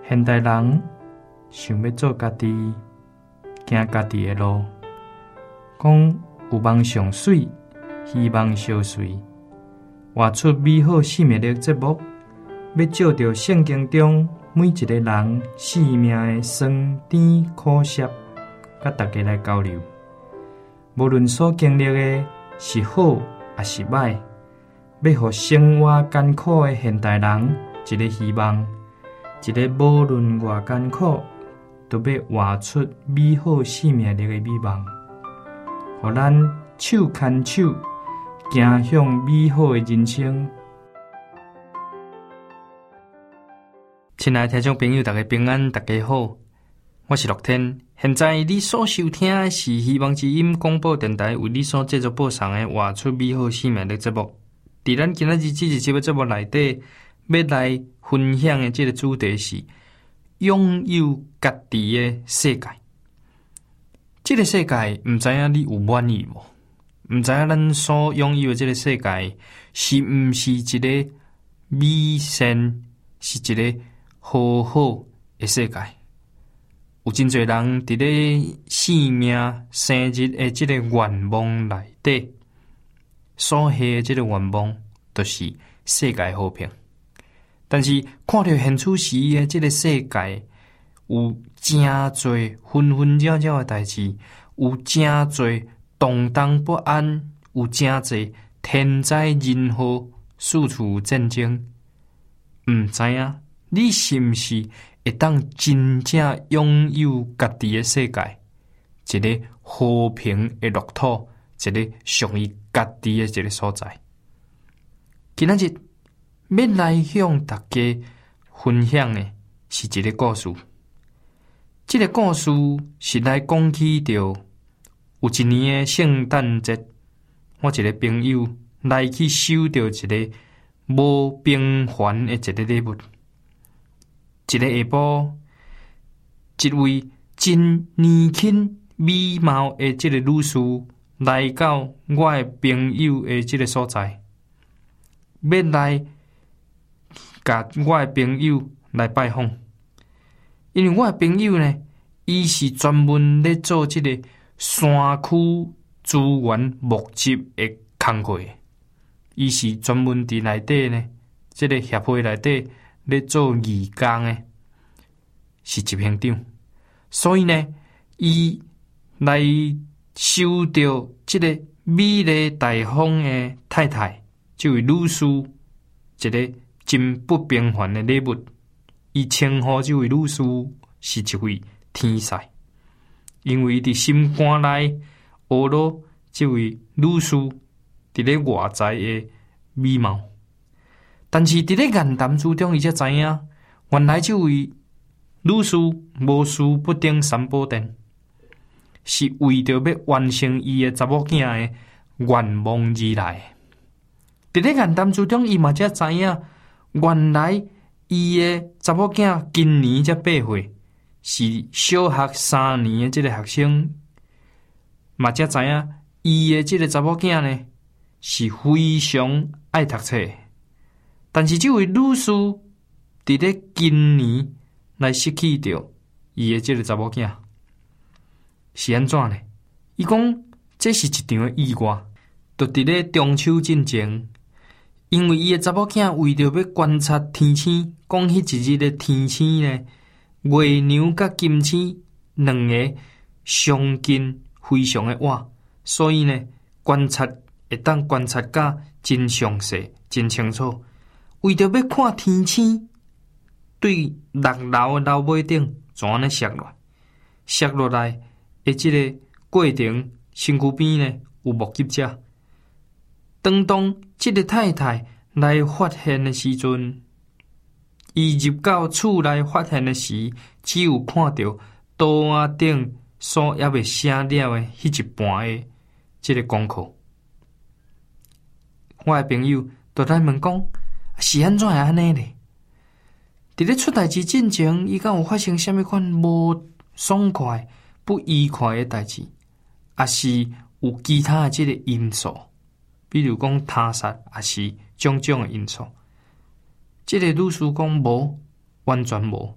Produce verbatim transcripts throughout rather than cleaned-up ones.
现代人想要做家己，行家己的路，讲有梦上水，希望相随，活出美好生命的节目，要照着圣经中每一个人生命的酸甜苦涩，甲大家来交流。无论所经历的是好还是歹，要互生活艰苦的现代人一个希望，一个无论偌艰苦，都要活出美好生命力的美梦，互咱手牵手，行向美好的人生。亲爱的听众朋友，大家平安，大家好，我是乐天。现在你所收听的是希望之音广播电台为你所制作播送的活出美好生命的节目。在咱今仔日这一集的节目内底，要来分享的这个主题是拥有家己的世界。这个世界，唔知影你有满意无？唔知影咱所拥有的这个世界，是唔是一个美善，是一个好好的世界？有真侪人伫咧生命生日的这个愿望内底，所系的这个愿望，就是世界和平。但是看到现此时的这个世界，有真侪纷纷扰扰的代志，有真侪动荡不安，有真侪天灾人祸，四处战争。唔知影你是毋是会当真正拥有家己的世界，一个和平的乐土，一个属于家己的一个所在。今仔日要来向大家分享的是一个故事。这个故事是来讲起着有一年的圣诞节，我一个朋友来去收到一个无平凡的一个礼物。一个下晡，一位真年轻美貌的这个女士来到我的朋友的这个所在，要来甲我的朋友来拜访。因为我的朋友呢，伊是专门咧做这个山区资源募集的工作，伊是专门伫内底呢，这个协会内底咧做义工的，是执行长。所以呢，伊来收到这个美丽大方的太太，这位女士一个真不平凡的礼物。伊称呼这位女士是一位天才，因为伊伫心肝内学了这位女士伫咧外在的美貌。但是伫咧言谈之中，伊才知影，原来这位女士无事不登三宝殿，是为着要完成伊的查某囝的愿望而来。伫咧言谈之中，伊嘛才知影，原来伊的查某囝今年才八岁，是小学三年的这个学生，嘛才知影伊的这个查某囝呢，是非常爱读册。但是这位女士伫咧今年来失去掉伊的这个查某囝，是安怎呢？伊讲这是一场的意外，就伫咧中秋进前，因为伊的查某囝为着要观察天星，讲迄一日的天星呢，月亮甲金星两个相近，非常的晚，所以呢，观察会当观察甲真详细、真清楚。为着要看天星对六楼的楼尾顶怎样摔落，摔落来的这个过程，身躯边呢有目击者。当当这个太太来发现的时阵，伊入到厝内发现的时，只有看到桌仔顶所还未写了的迄一半的这个功课。我的朋友就来问讲，是安怎会安尼呢？伫咧出代志进前，伊敢有发生什么款无爽快、不愉快的代志，还是有其他的这个因素，比如讲他杀，还是种种的因素？这个女士讲无，完全无。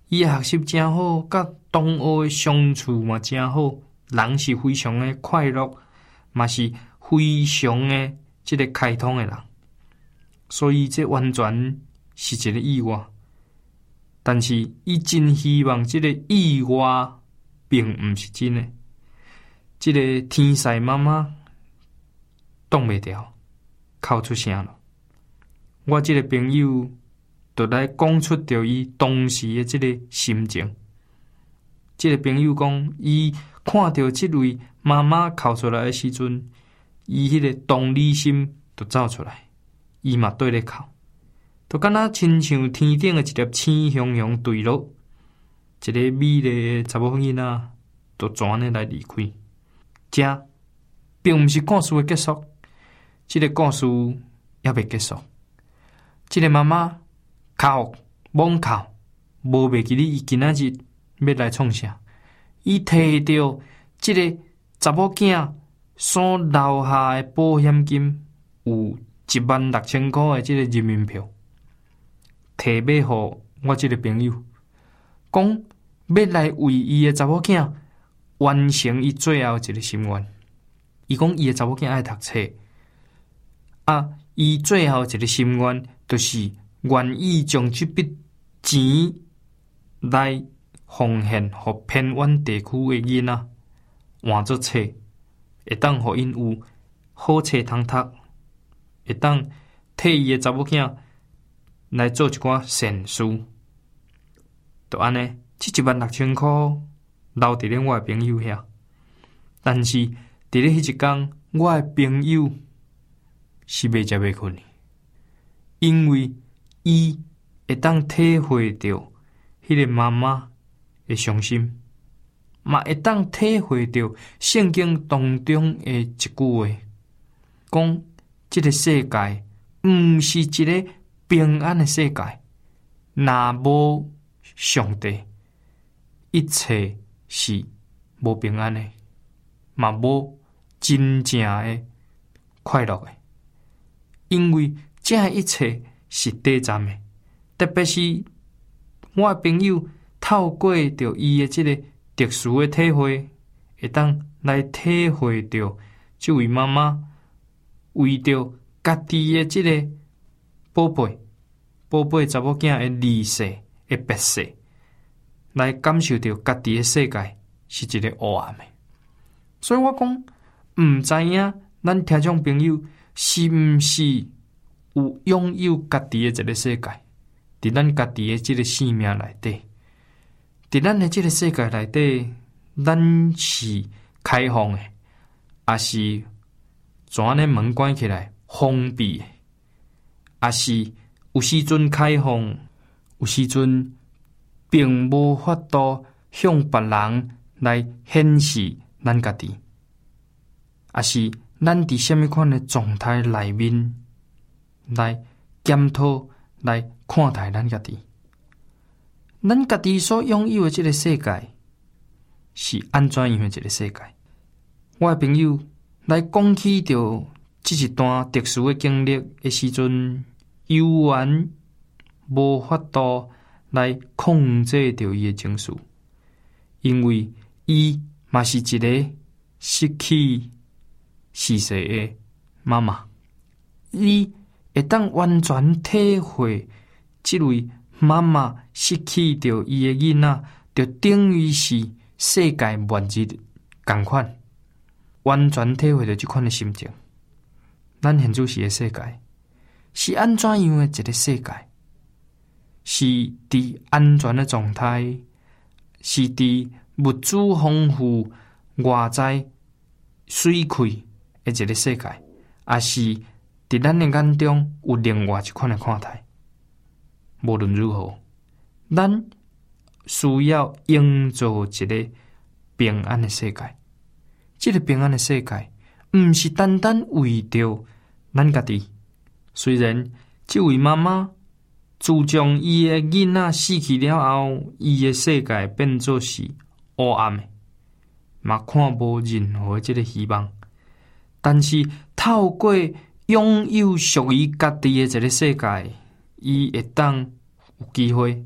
伊诶学习真好，甲同学诶相处嘛真好，人是非常诶快乐，嘛是非常诶即个开通诶人。所以这完全是一个意外，但是伊真希望这个意外并毋是真诶。这个天使妈妈挡袂牢，哭出声了。我这个朋友就来讲出着伊当时诶这个心情。这个朋友讲，伊看到这位妈妈哭出来诶时阵，伊迄个同理心就走出来。伊嘛对咧哭，就敢若亲像天顶诶一粒星雄雄坠落，一个美丽诶查某囡仔就转呢来离开。这并毋是故事诶结束，即、這个故事也未结束。即、這个妈妈哭猛哭，无袂记哩伊今仔日要来创啥，伊摕着即个查某囝所留下诶保险金有一万六千块的这个人民票，摕买互我这个朋友，讲要来为伊的查某囝完成伊最后一个心愿。伊讲伊的查某囝爱读册，啊，伊最后一个心愿就是愿意将这笔钱来奉献互偏远地区的囡仔，换做册，会当互因有好册通读。会当替伊诶查某囝来做一寡善事，就安尼，即一万六千箍留伫咧我诶朋友遐。但是伫咧迄一天，我诶朋友是袂食袂困，因为伊会当体会到迄个妈妈诶伤心，嘛会当体会到圣经当中诶一句话，讲。这个世界毋是一个平安的世界，若无上帝，一切是无平安的，嘛无真正的快乐的。因为这一切是短暂的，特别是我的朋友透过着伊的这个特殊的体会，会当来体会着这位妈妈。为着家己的这个宝贝、宝贝查某囝的离世、的别世，来感受到家己的世界是一个黑暗的。所以我讲，毋知影咱听众朋友是毋是有拥有家己的一个世界，伫咱家己的这个生命内底，伫咱的这个世界内底，咱是开放的，还是？怎呢门关起来封闭的，也是有时阵开放，有时阵并无法度向别人来显示咱家己，也是咱伫什么款的状态内面来检讨、来看待咱家己。咱家己所拥有的这个世界是安怎样的一个世界？我的朋友。来讲起着这一段特殊的经历的时阵，悠然无法度来控制着伊的情绪，因为伊嘛是一个失去逝世的妈妈，伊会当完全体会这位妈妈失去着伊的囡仔，就等于是世界末日同款。完全体会到这款的心情。咱现在时的世界是安怎样的一个世界？是伫安全的状态，是伫物资丰富、外在水开的一个世界，还是伫咱的眼中有另外一款的看待？无论如何，咱需要营造一个平安的世界。这个平安的世界，毋是单单为着咱家己。虽然这位妈妈自从伊的囡仔死去了后，伊的世界变作是黑暗的，嘛看无任何的这个希望。但是透过拥有属于家己的一个世界，伊会当有机会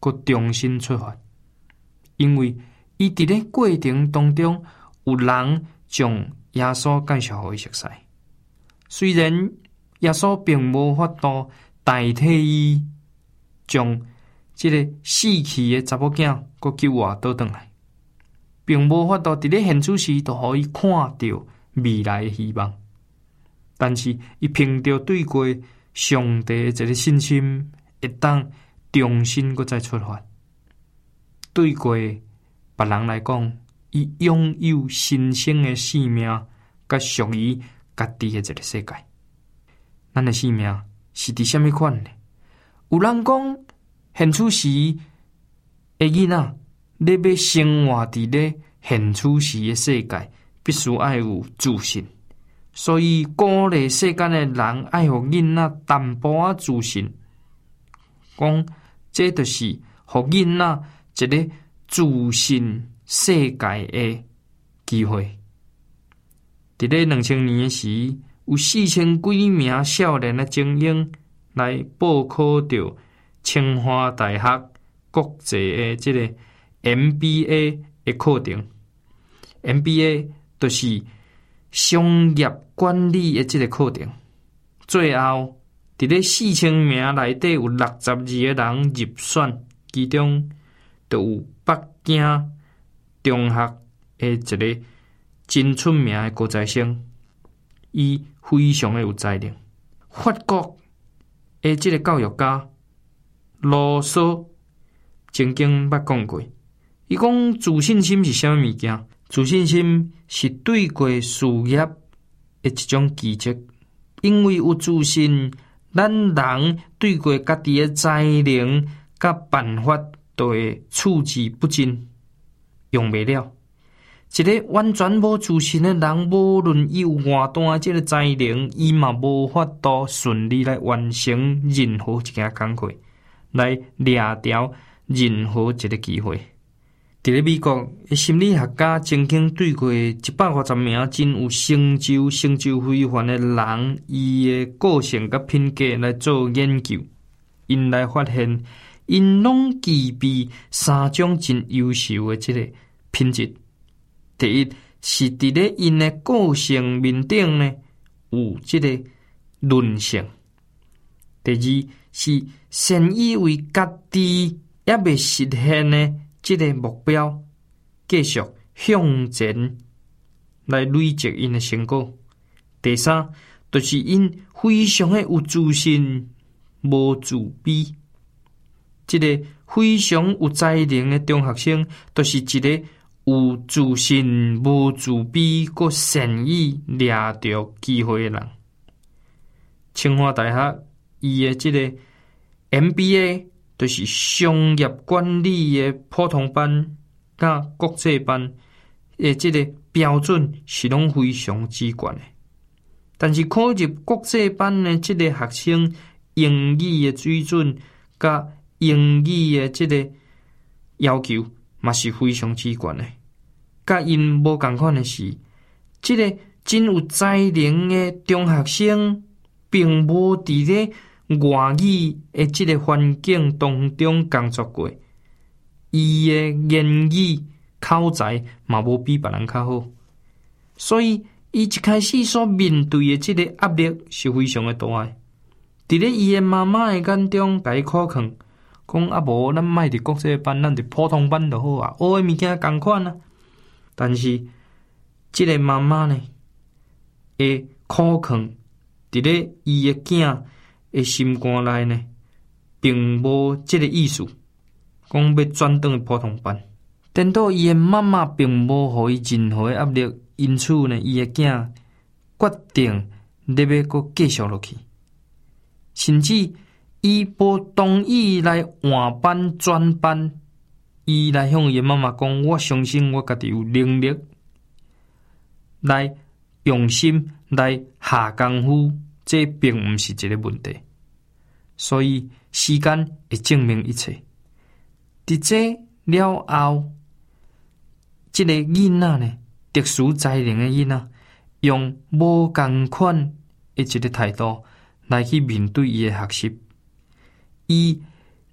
佮重新出发，因为伊伫咧过程当中有人将耶稣介绍互伊熟悉。虽然耶稣并无法度代替伊将即个死去的查某囝佮救活倒转来，并无法度伫咧现此时就互伊看到未来的希望。但是伊凭着对过上帝的一个信心，会当重新搁再出发。对过别人来讲，伊拥有新生的生命，甲属于家己的一个世界。咱的生命是伫什么款呢？有人讲，现此时的囡仔，你要生活伫咧现此时的世界，必须爱有自信。所以鼓励世间的人爱互囡仔淡薄仔自信，讲这就是互囡仔一个自信世界的机会。伫咧两千年的时，有四千几名少年的精英来报考着清华大学国际的这个 M B A 的课程。M B A 就是商业管理的这个课程。最后，伫咧四千名内底有六十二个人入选，其中就有北京中学的一个真出名的高材生，伊非常的有才能。法国的这个教育家罗梭曾经捌讲过，伊讲自信心是啥物物件？自信心是对过事业的一种基础，因为有自信，咱人对过家己的才能甲办法都会处之不尽，用袂了。一个完全无自信的人，无论伊有偌大即个才能，伊嘛无法度顺利来完成任何一件工作，来掠条任何一个机会。伫咧美国的心理学家曾经对过一百五十名真有成就、成就非凡的人，伊的个性甲品格来做研究，因来发现，因拢具备三种真优秀的即个品质。第一是伫咧因的个性面顶呢有即个韧性；第二是善于为家己也未实现的即个目标，继续向前来累积因的成果。第三就是因非常的有自信，无自卑。即个非常有才能的中学生，就是一个有自信、无自卑，佮善于掠着机会的人。清华大学伊的即个 M B A 就是商业管理的普通班甲国际班的即个标准是拢非常之悬的。但是考入国际班的即个学生，英语的水准甲英语的即个要求嘛是非常之悬的。甲因无共款的是，即个真有才能的中学生，并无伫咧外语的即个环境当中工作过，伊的言语口才嘛无比别人较好，所以伊一开始所面对的即个压力是非常的大的。伫咧伊的妈妈的眼中，甲伊考劝，讲啊无咱莫伫国际班，咱伫普通班就好啊，学的物件共款啊。但是即个妈妈呢，会考劝伫咧伊的囝的心肝内呢，并无即个意思，讲要转转去普通班。等到伊的妈妈并无互伊任何的压力，因此呢，伊的囝决定要要搁继续落去，甚至伊无同意来换班转班。伊来向伊的妈妈讲：“我相信我家己有能力来用心来下功夫，这并毋是一个问题。所以时间会证明一切。伫这了后，这个囡仔呢，特殊才能的囡仔，用无共款的一个态度来去面对伊的学习。伊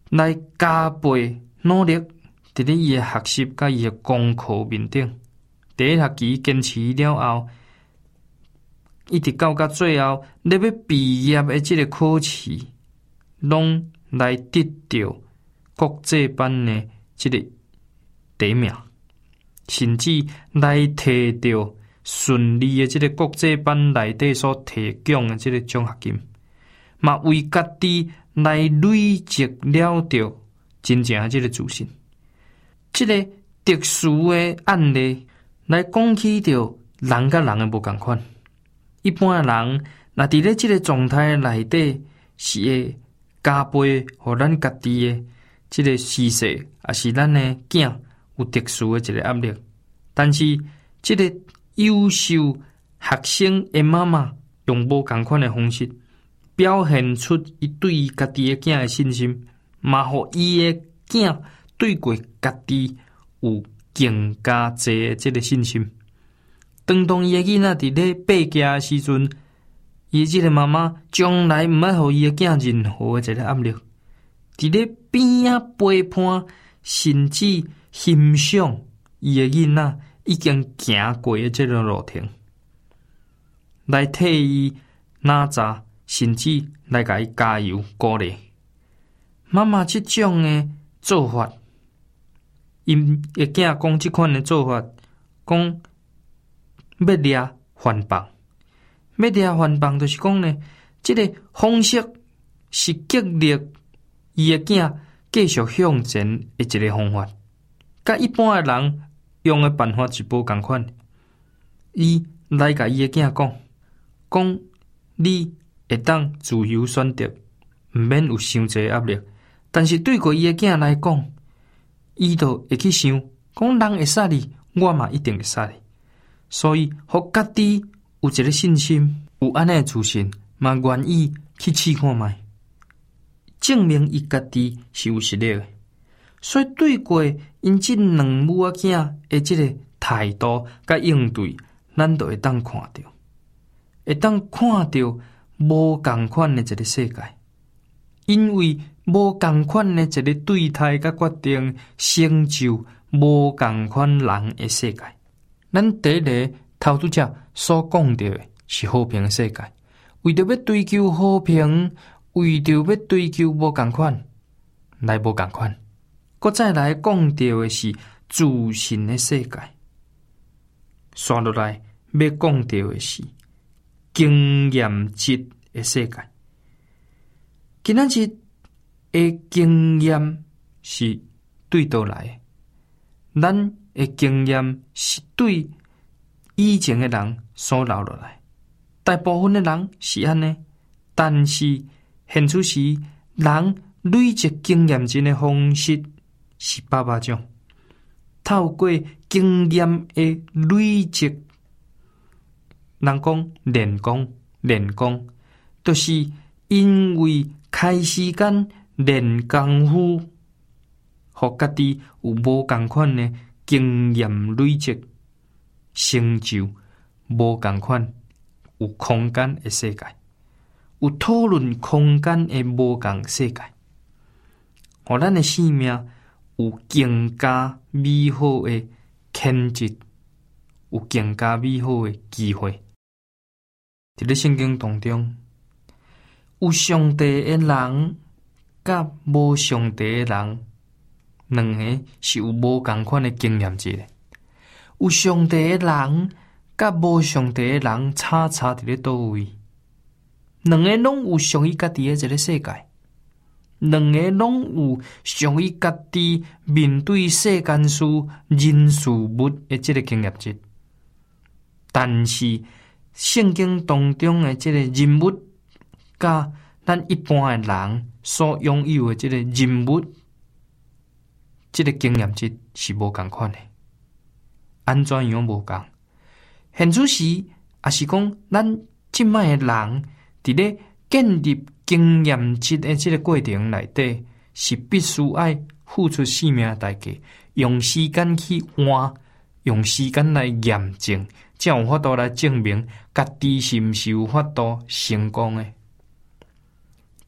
来加倍努力，伫咧伊诶学习甲伊诶功课面顶。第一学期坚持了后，一直到到最后，你要毕业诶即个考试，拢来得到国际班诶即个第一名，甚至来摕到顺利诶即个国际班内底所提供诶即个奖学金，嘛为家己来累积了着真正诶即个自信。即个特殊诶案例来讲起着人甲人诶无共款。一般诶人，若伫咧即个状态内底，是会加倍互咱家己诶即个施舍，也是咱诶囝有特殊诶一个压力。但是，即个优秀学生诶妈妈用无共款诶方式，表现出伊对伊家己诶囝诶信心，嘛互伊诶囝对过家己有更加济诶即个信心。当当伊诶囡仔伫咧爬行诶时阵，伊即个妈妈从来毋爱互伊诶囝任何诶一个压力，伫咧边仔陪伴，甚至欣赏伊诶囡仔已经行过诶即个路程，来替伊哪吒，甚至来甲伊加油鼓励。妈妈即种诶做法，因会囝讲即款诶做法，讲要掠环棒，要掠环棒，就是讲呢，即个方式是激励伊诶囝继续向前诶一个方法，甲一般诶人用诶办法是无共款。伊来甲伊诶囝讲，讲你会当自由选择，毋免有伤济压力。但是对过伊诶囝来讲，伊就会去想，讲人会杀你，我嘛一定会杀你。所以，互家己有一个信心，有安尼诶自信，嘛愿意去试看卖，证明伊家己是有实力诶。所以，对过因即两母仔囝诶即个态度甲应对，咱都会当看到，会当看到无共款诶一个世界。因为无共款诶一个对待甲决定，成就无共款人诶世界。咱第一个投资者所讲到的是和平的世界，为着要追求和平，为着要追求无共款，来无共款。搁再来讲到的是自信的世界，刷落来要讲到的是经验值的世界。今仔日的经验是对倒来的，咱的经验是对以前的人所留落来，大部分的人是安尼，但是现出时人累积经验值的方式是百百种。透过经验的累积，人讲练功，练功，就是因为开时间练功夫，互家己有无共款的经验累积，成就无共款有空间的世界，有讨论空间的无共世界，互咱的生命有更加美好的潜质，有更加美好的机会。伫咧圣经当中，有上帝的人甲无上帝的人，两个是有无共款的经验值的。有上帝的人甲无上帝的人差差伫咧倒位？两个拢有属于家己的一个世界，两个拢有属于家己面对世间事、人事物的这个经验值。但是圣经当中的这个人物，甲咱一般的人所拥有的这个人物，这个经验值是无共款的。安怎样无共？现此时也是讲，咱即摆的人伫咧建立经验值的这个过程内底，是必须爱付出生命的代价，用时间去换，用时间来验证，才有法度来证明家己是毋是有法度成功的。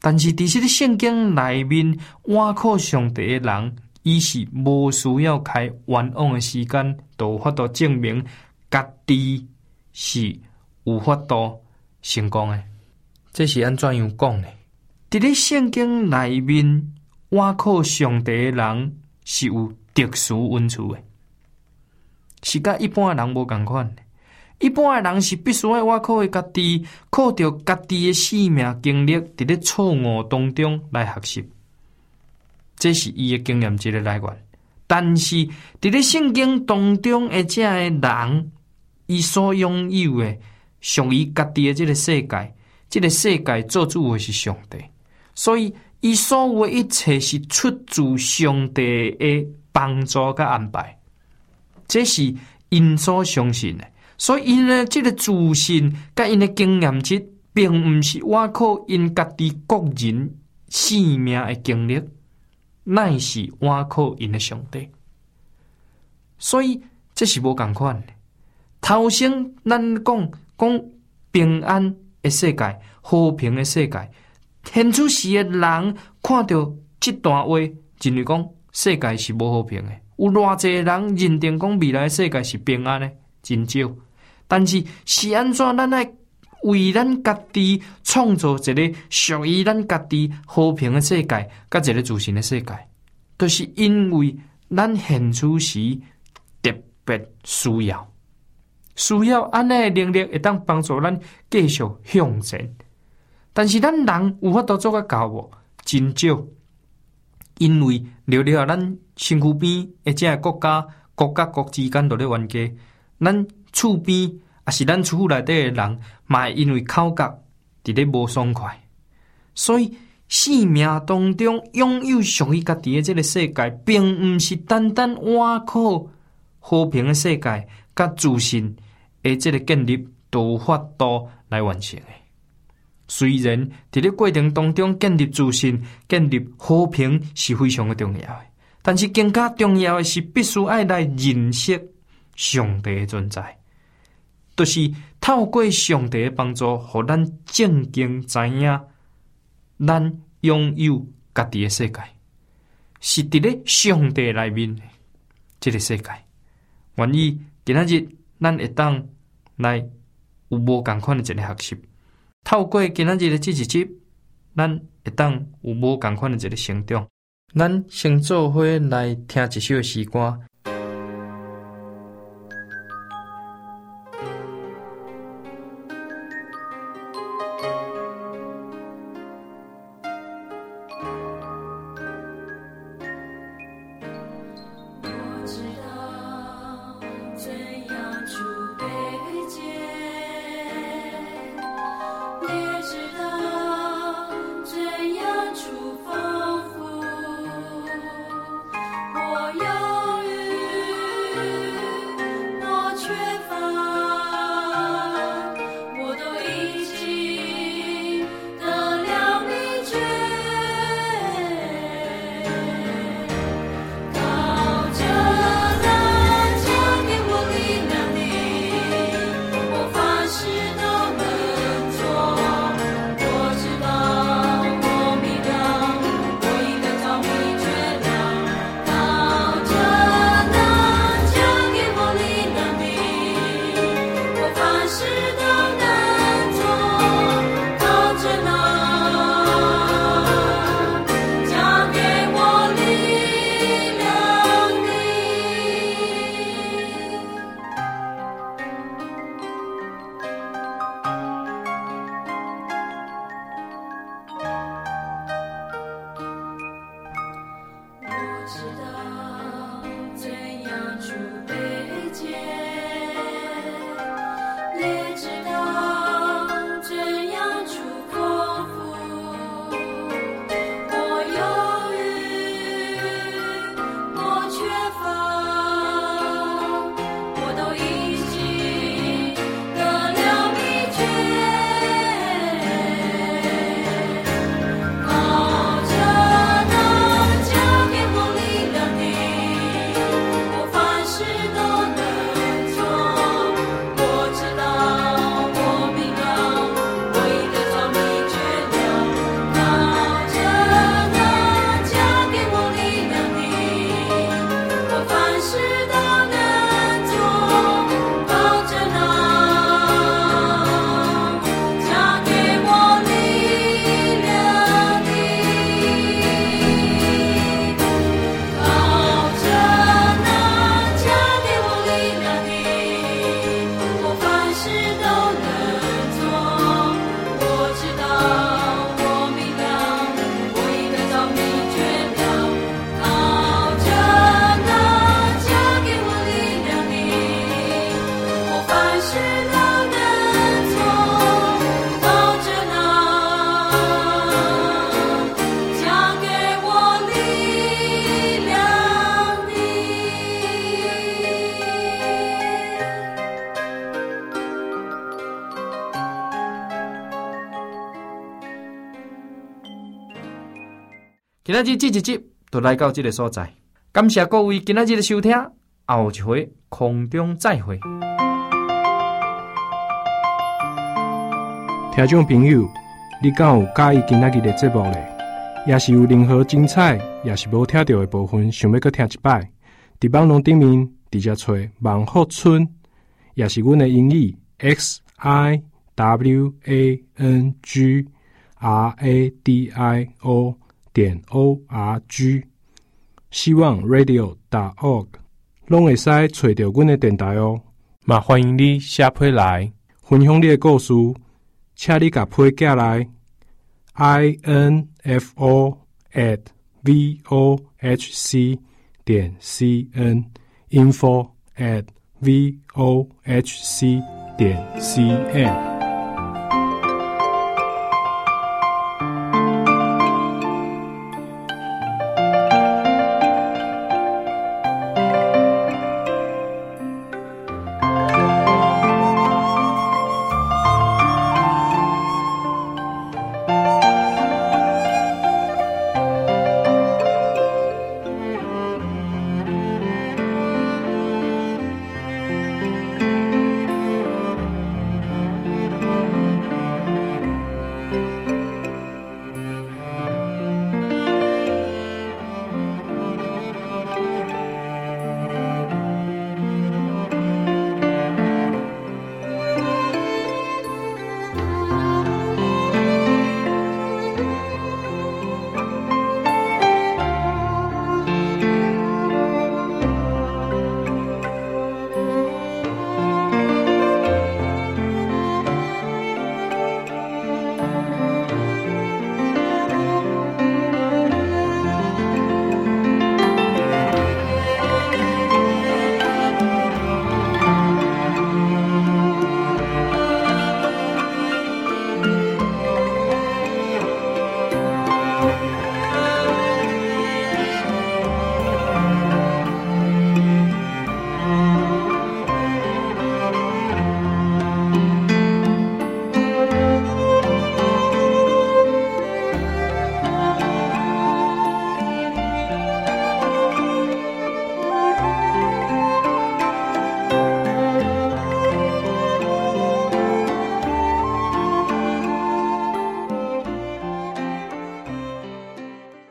但是伫这个圣经内面，倚靠上帝的人，伊是无需要开冤枉的时间，就有法度证明家己是有法度成功的。这是安怎样讲呢？伫咧圣经内面，倚靠上帝的人是有特殊恩赐的，是甲一般的人无同款。一般的人是必须要倚靠家己，靠着家己的生命经历，伫咧错误当中来学习，这是伊的经验值的来源。但是伫咧圣经当中的这个人，伊所拥有的属于家己的这个世界，这个世界做主的是上帝，所以伊所有的一切是出自上帝的帮助甲安排，这是因所相信的。所以因的这个自信甲因的经验值，并毋是倚靠因家己个人生命的经历，乃是倚靠因的上帝。所以这是无同款的。头先咱讲讲平安的世界、和平的世界，现出时的人看到这段话，认为讲世界是无和平的。有偌济人认定讲未来的世界是平安的，真少。但是是安怎？咱爱为咱家己创造一个属于咱家己和平的世界，甲一个自信的世界，就是因为咱现此时特别需要，需要安尼的能力会当帮助咱继续向前。但是咱人有法度做个到无？真少，因为了了咱身躯边的这个国家，国甲国之间都咧冤家，咱厝边也是咱厝内底的人，嘛会因为口角伫咧无爽快，所以生命当中拥有属于家己的这个世界，并毋是单单倚靠和平的世界甲自信的这个建立，都有法度来完成的。虽然伫咧过程当中建立自信、建立和平是非常的重要的，但是更加重要的是必须爱来认识上帝的存在，就是透过上帝的帮助，互咱正经知影，咱拥有家己的世界，是伫咧上帝内面的这个世界。愿意今仔日咱会当来有无共款的一个学习，透过今仔日的这一集，咱会当有无共款的一个成长。咱先做伙来听一首诗歌。 我要与今仔日这一集就来到这个所在，感谢各位今仔日的收听，后一回空中再会。 听众朋友，你敢有介意今仔日的节目呢？也是有任何精彩，也是无听到的部分，想要搁听一摆？伫网络顶面直接找万福村，也是阮的英语 X I W A N G R A D I O 点 O R G， 希望 radio 点 org， 拢会使找到阮的电台哦。嘛欢迎你写批来分享你的故事。请你甲批寄来 info at vohc 点 cn info at vohc 点 cn。